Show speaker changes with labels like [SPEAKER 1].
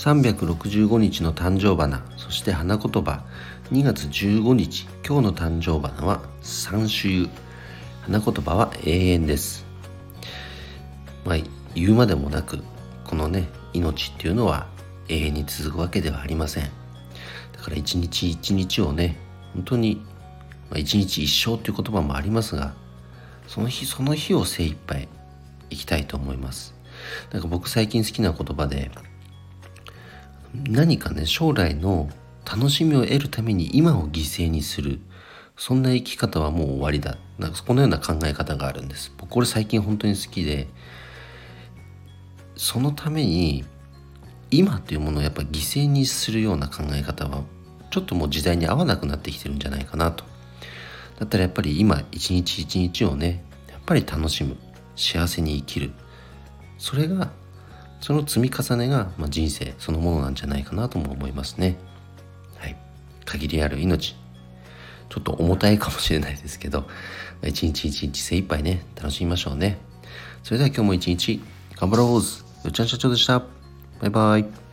[SPEAKER 1] 365日の誕生花、そして花言葉。2月15日、今日の誕生花は三秋。花言葉は永遠です。言うまでもなく、このね、命っていうのは永遠に続くわけではありません。だから一日一日をね、本当に、一日一生という言葉もありますが、その日その日を精一杯生きたいと思います。僕最近好きな言葉で、何かね、将来の楽しみを得るために今を犠牲にする、そんな生き方はもう終わりだ。このような考え方があるんです。僕これ最近本当に好きで、そのために今というものをやっぱ犠牲にするような考え方はちょっともう時代に合わなくなってきてるんじゃないかなと。だったらやっぱり今一日一日をね、やっぱり楽しむ、幸せに生きる、その積み重ねが、人生そのものなんじゃないかなとも思いますね。はい、限りある命、ちょっと重たいかもしれないですけど、一日一日精一杯ね、楽しみましょうね。それでは今日も一日頑張ろう。よっちゃん社長でした。バイバイ。